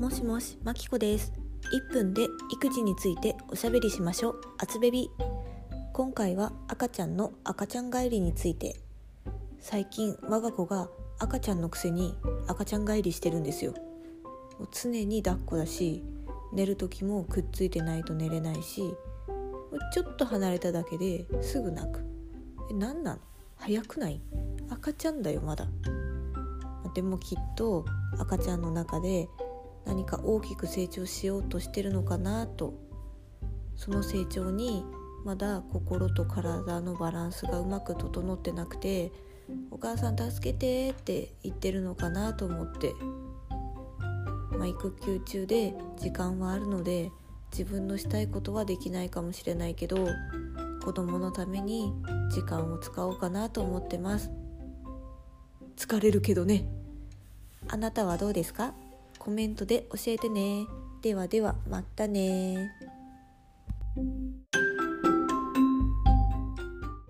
もしもし、まきこです。1分で育児についておしゃべりしましょう。あつベビ。今回は赤ちゃんの赤ちゃん帰りについて。最近我が子が赤ちゃんのくせに赤ちゃん帰りしてるんですよ。もう常に抱っこだし、寝る時もくっついてないと寝れないし、ちょっと離れただけですぐ泣く。なんなん？早くない？赤ちゃんだよまだ。でもきっと赤ちゃんの中で何か大きく成長しようとしてるのかなと。その成長にまだ心と体のバランスがうまく整ってなくて、お母さん助けてって言ってるのかなと思って、育休中で時間はあるので自分のしたいことはできないかもしれないけど、子供のために時間を使おうかなと思ってます。疲れるけどね。あなたはどうですか？コメントで教えてね。ではでは、またね。